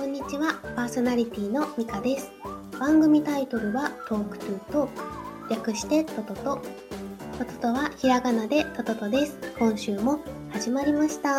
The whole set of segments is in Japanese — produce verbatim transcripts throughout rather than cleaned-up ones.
んにちは、パーソナリティのミカです。番組タイトルはトークトゥートーク、略してトトト。トトトはひらがなでトトトです。今週も始まりました。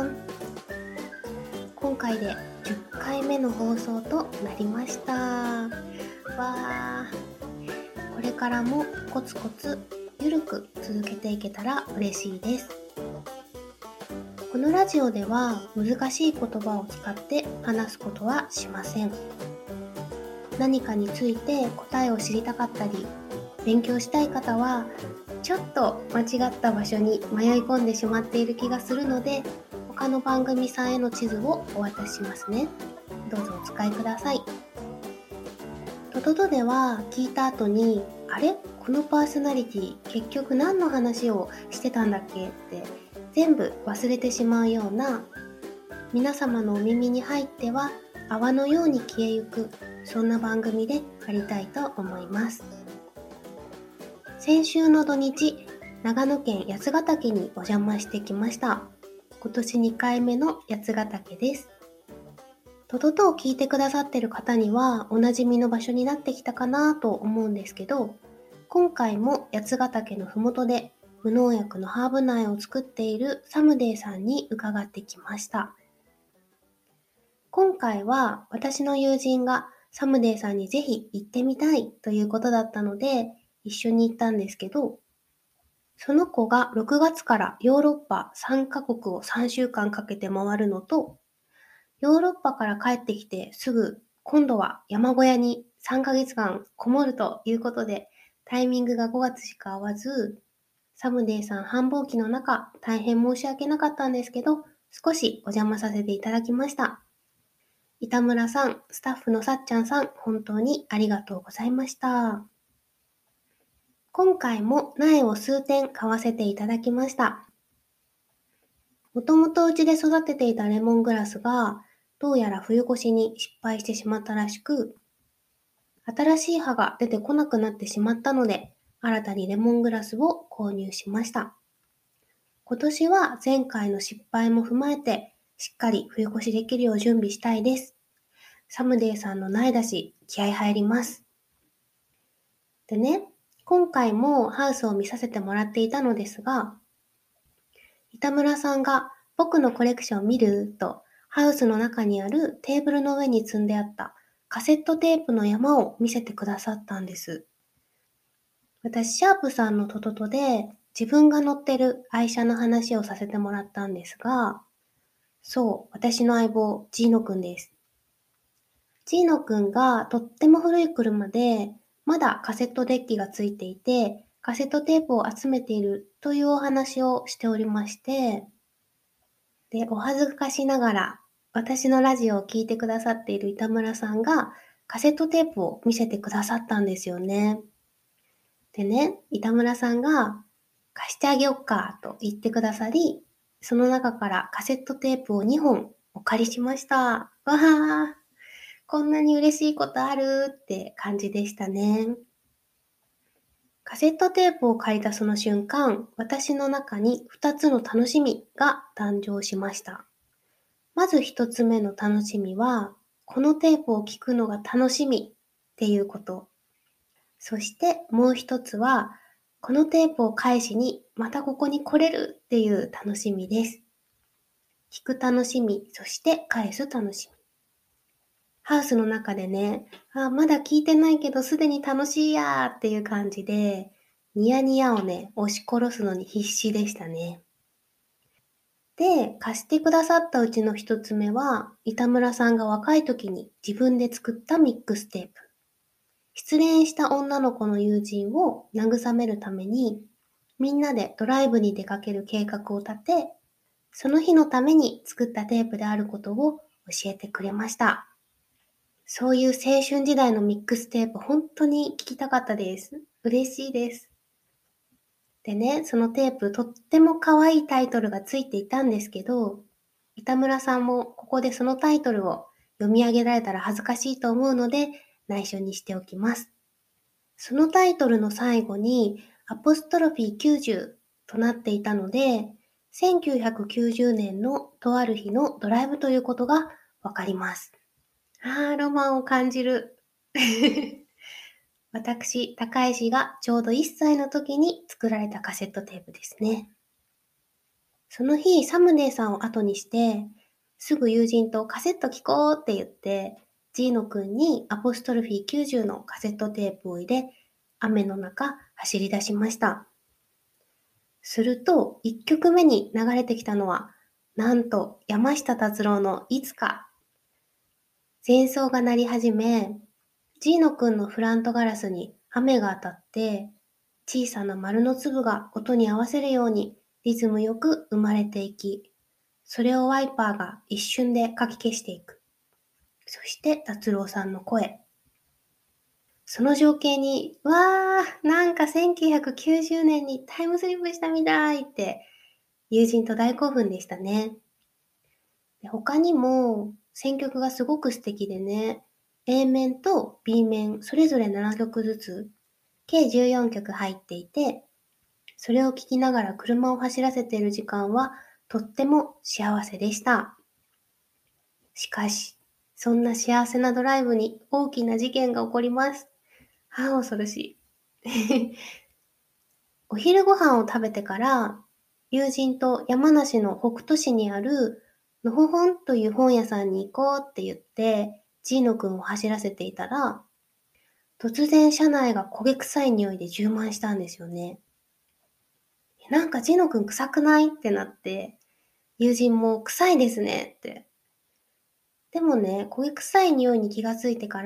今回でじゅっかいめの放送となりました。わー、これからもコツコツゆるく続けていけたら嬉しいです。このラジオでは難しい言葉を使って話すことはしません。何かについて答えを知りたかったり、勉強したい方はちょっと間違った場所に迷い込んでしまっている気がするので、他の番組さんへの地図をお渡ししますね。どうぞお使いください。トトトでは聞いた後に、あれ?このパーソナリティ結局何の話をしてたんだっけって全部忘れてしまうような、皆様のお耳に入っては泡のように消えゆく、そんな番組でありたいと思います。先週の土日、長野県八ヶ岳にお邪魔してきました。今年にかいめの八ヶ岳です。トトトを聞いてくださっている方にはおなじみの場所になってきたかなと思うんですけど、今回も八ヶ岳のふもとで無農薬のハーブ苗を作っているサムデイさんに伺ってきました。今回は私の友人がサムデイさんにぜひ行ってみたいということだったので一緒に行ったんですけど、その子がろくがつからヨーロッパさんかこくをさんしゅうかんかけて回るのと、ヨーロッパから帰ってきてすぐ今度は山小屋にさんかげつかんこもるということで、タイミングがごがつしか合わず、サムデイさん繁忙期の中大変申し訳なかったんですけど、少しお邪魔させていただきました。板村さん、スタッフのさっちゃんさん、本当にありがとうございました。今回も苗を数点買わせていただきました。もともとうちで育てていたレモングラスが、どうやら冬越しに失敗してしまったらしく、新しい葉が出てこなくなってしまったので、新たにレモングラスを購入しました。今年は前回の失敗も踏まえて、しっかり冬越しできるよう準備したいです。サムデイさんの苗だし、気合入ります。でね、今回もハウスを見させてもらっていたのですが、板村さんが僕のコレクション見ると、ハウスの中にあるテーブルの上に積んであったカセットテープの山を見せてくださったんです。私、シャープさんのトトトで自分が乗ってる愛車の話をさせてもらったんですが、そう、私の相棒、ジーノくんです。ジーノくんがとっても古い車で、まだカセットデッキがついていて、カセットテープを集めているというお話をしておりまして、で、お恥ずかしながら、私のラジオを聞いてくださっている板村さんが、カセットテープを見せてくださったんですよね。でね、板村さんが、貸してあげよっかと言ってくださり、その中からカセットテープをにほんお借りしました。わー、こんなに嬉しいことあるって感じでしたね。カセットテープを借りたその瞬間、私の中にふたつの楽しみが誕生しました。まず一つ目の楽しみは、このテープを聞くのが楽しみっていうこと。そしてもう一つは、このテープを返しにまたここに来れるっていう楽しみです。聞く楽しみ、そして返す楽しみ。ハウスの中でね、あ、まだ聞いてないけどすでに楽しいやーっていう感じで、ニヤニヤをね、押し殺すのに必死でしたね。で、貸してくださったうちの一つ目は、板村さんが若い時に自分で作ったミックステープ。失恋した女の子の友人を慰めるために、みんなでドライブに出かける計画を立て、その日のために作ったテープであることを教えてくれました。そういう青春時代のミックステープ、本当に聞きたかったです。嬉しいです。でね、そのテープとっても可愛いタイトルがついていたんですけど、板村さんもここでそのタイトルを読み上げられたら恥ずかしいと思うので内緒にしておきます。そのタイトルの最後にアポストロフィーきゅうじゅうとなっていたので、せんきゅうひゃくきゅうじゅうねんのとある日のドライブということがわかります。 あー、ロマンを感じる。私、高石がちょうどいっさいの時に作られたカセットテープですね。その日、サムネイさんを後にして、すぐ友人とカセット聞こうって言って、ジーノ君にアポストロフィーきゅうじゅうのカセットテープを入れ、雨の中走り出しました。すると、いっきょくめに流れてきたのは、なんと山下達郎のいつか。前奏が鳴り始め、ジーノ君のフラントガラスに雨が当たって、小さな丸の粒が音に合わせるようにリズムよく生まれていき、それをワイパーが一瞬でかき消していく。そして達郎さんの声。その情景に、わー、なんかせんきゅうひゃくきゅうじゅうねんにタイムスリップしたみたいって友人と大興奮でしたね。で他にも選曲がすごく素敵でね、A 面と B 面それぞれななきょくずつ、計じゅうよんきょく入っていて、それを聴きながら車を走らせている時間はとっても幸せでした。しかし、そんな幸せなドライブに大きな事件が起こります。はあ、恐ろしい。お昼ご飯を食べてから、友人と山梨の北杜市にあるのほほんという本屋さんに行こうって言って、ジーノ君を走らせていたら、突然車内が焦げ臭い匂いで充満したんですよね。なんかジーノ君臭くないってなって、友人も臭いですねって。でもね、焦げ臭い匂いに気がついてから、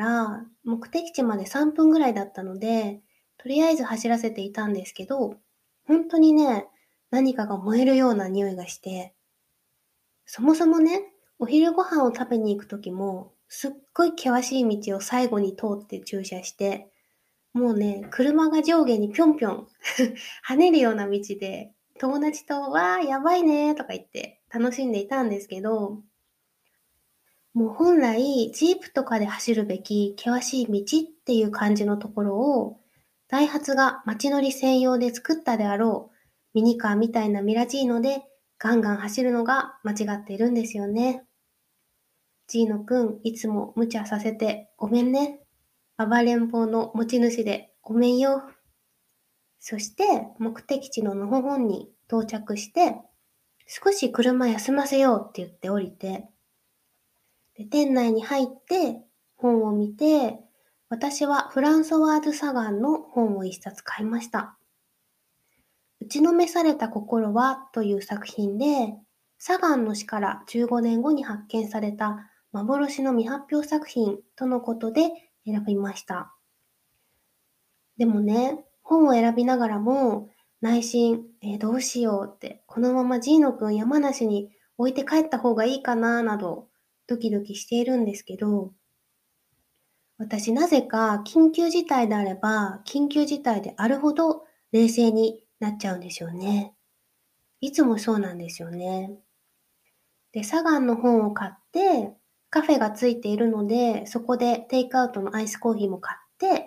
目的地までさんぷんぐらいだったので、とりあえず走らせていたんですけど、本当にね、何かが燃えるような匂いがして、そもそもね、お昼ご飯を食べに行くときも、すっごい険しい道を最後に通って駐車して、もうね、車が上下にぴょんぴょん跳ねるような道で、友達と、わー、やばいねーとか言って楽しんでいたんですけど、もう本来、ジープとかで走るべき険しい道っていう感じのところを、ダイハツが街乗り専用で作ったであろう、ミニカーみたいなミラジーノでガンガン走るのが間違っているんですよね。ジーノくん、いつも無茶させてごめんね。暴れん坊の持ち主でごめんよ。そして目的地ののほほんに到着して、少し車休ませようって言って降りて、で店内に入って本を見て、私はフランソワーズ・サガンの本を一冊買いました。打ちのめされた心はという作品で、サガンの死からじゅうごねんごに発見された幻の未発表作品とのことで選びました。でもね、本を選びながらも内心、えーどうしようって、このままジーノくん山梨に置いて帰った方がいいかななどドキドキしているんですけど、私なぜか緊急事態であれば、緊急事態であるほど冷静になっちゃうんですよね。いつもそうなんですよね。で、サガンの本を買って、カフェがついているので、そこでテイクアウトのアイスコーヒーも買って、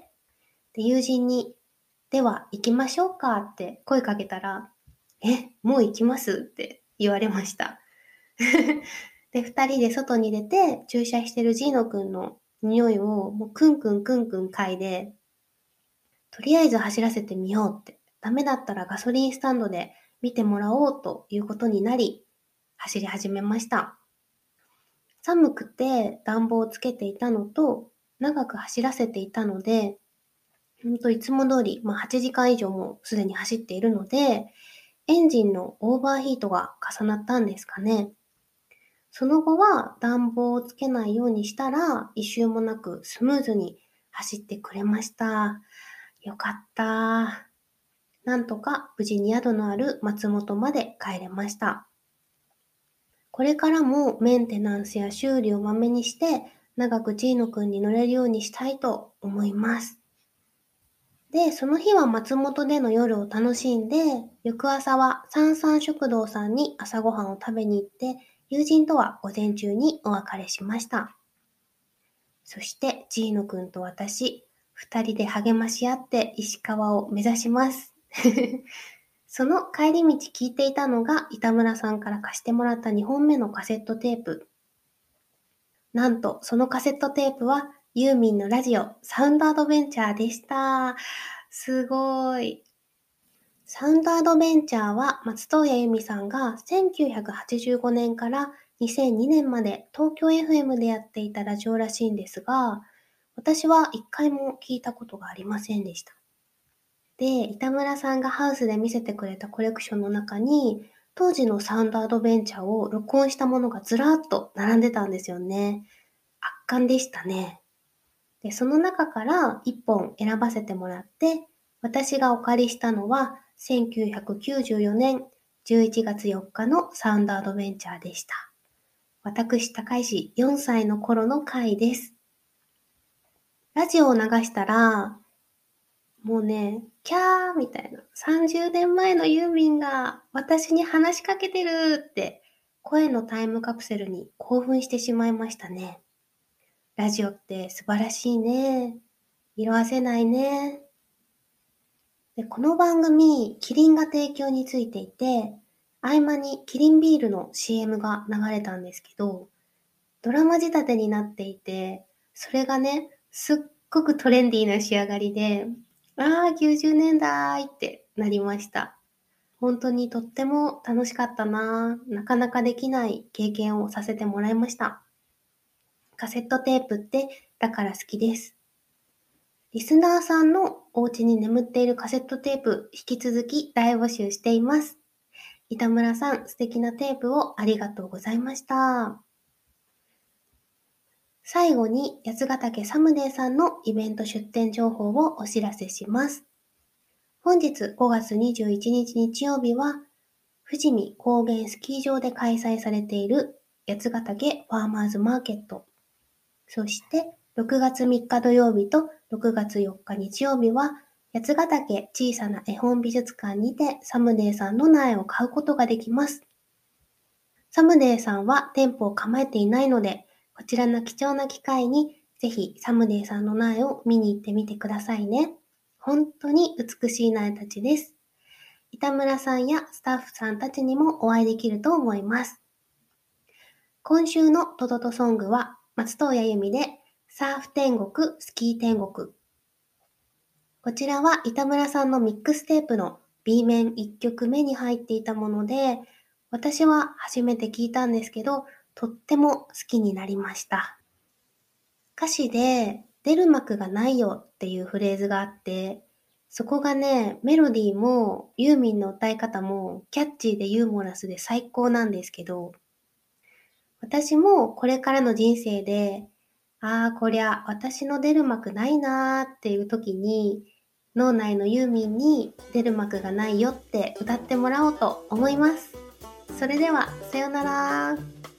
で、友人に、では行きましょうかって声かけたら、え、もう行きますって言われました。で、二人で外に出て駐車してるジーノくんの匂いをもうクンクンクンクン嗅いで、とりあえず走らせてみようって、ダメだったらガソリンスタンドで見てもらおうということになり、走り始めました。寒くて暖房をつけていたのと、長く走らせていたので、ほんといつも通り、まあ、はちじかん以上もすでに走っているので、エンジンのオーバーヒートが重なったんですかね。その後は暖房をつけないようにしたら、異臭もなくスムーズに走ってくれました。よかった。なんとか無事に宿のある松本まで帰れました。これからもメンテナンスや修理をまめにして、長くジーノくんに乗れるようにしたいと思います。で、その日は松本での夜を楽しんで、翌朝は三三食堂さんに朝ごはんを食べに行って、友人とは午前中にお別れしました。そしてジーノくんと私、二人で励まし合って石川を目指します。その帰り道聞いていたのが板村さんから貸してもらったにほんめのカセットテープ。 なんとそのカセットテープはユーミンのラジオサウンドアドベンチャーでした。すごい。サウンドアドベンチャーは松任谷由実さんがせんきゅうひゃくはちじゅうごねんからにせんにねんまで東京 エフエム でやっていたラジオらしいんですが、私は一回も聞いたことがありませんでした。で、板村さんがハウスで見せてくれたコレクションの中に、当時のサウンドアドベンチャーを録音したものがずらーっと並んでたんですよね。圧巻でしたね。で、その中からいっぽん選ばせてもらって、私がお借りしたのはせんきゅうひゃくきゅうじゅうよねんじゅういちがつよっかのサウンドアドベンチャーでした。私、高石よんさいの頃の回です。ラジオを流したら、もうね、キャーみたいな、さんじゅうねんまえのユーミンが私に話しかけてるって声のタイムカプセルに興奮してしまいましたね。ラジオって素晴らしいね。色あせないね。で、この番組、キリンが提供についていて、合間にキリンビールの シーエム が流れたんですけど、ドラマ仕立てになっていて、それがね、すっごくトレンディーな仕上がりで、あーきゅうじゅうねんだいってなりました。本当にとっても楽しかったな。なかなかできない経験をさせてもらいました。カセットテープってだから好きです。リスナーさんのお家に眠っているカセットテープ、引き続き大募集しています。板村さん、素敵なテープをありがとうございました。最後に、八ヶ岳サムデーさんのイベント出店情報をお知らせします。本日ごがつにじゅういちにち日曜日は、富士見高原スキー場で開催されている八ヶ岳ファーマーズマーケット。そして、ろくがつみっか土曜日とろくがつよっか日曜日は、八ヶ岳小さな絵本美術館にてサムデーさんの苗を買うことができます。サムデーさんは店舗を構えていないので、こちらの貴重な機会にぜひサムデーさんの苗を見に行ってみてくださいね。本当に美しい苗たちです。板村さんやスタッフさんたちにもお会いできると思います。今週のトトトソングは松任谷由実でサーフ天国、スキー天国。こちらは板村さんのミックステープの B 面いっきょくめに入っていたもので、私は初めて聞いたんですけど、とっても好きになりました。歌詞で出る幕がないよっていうフレーズがあって、そこがね、メロディーもユーミンの歌い方もキャッチーでユーモラスで最高なんですけど、私もこれからの人生で、あーこりゃ私の出る幕ないなーっていう時に、脳内のユーミンに出る幕がないよって歌ってもらおうと思います。それでは、さよなら。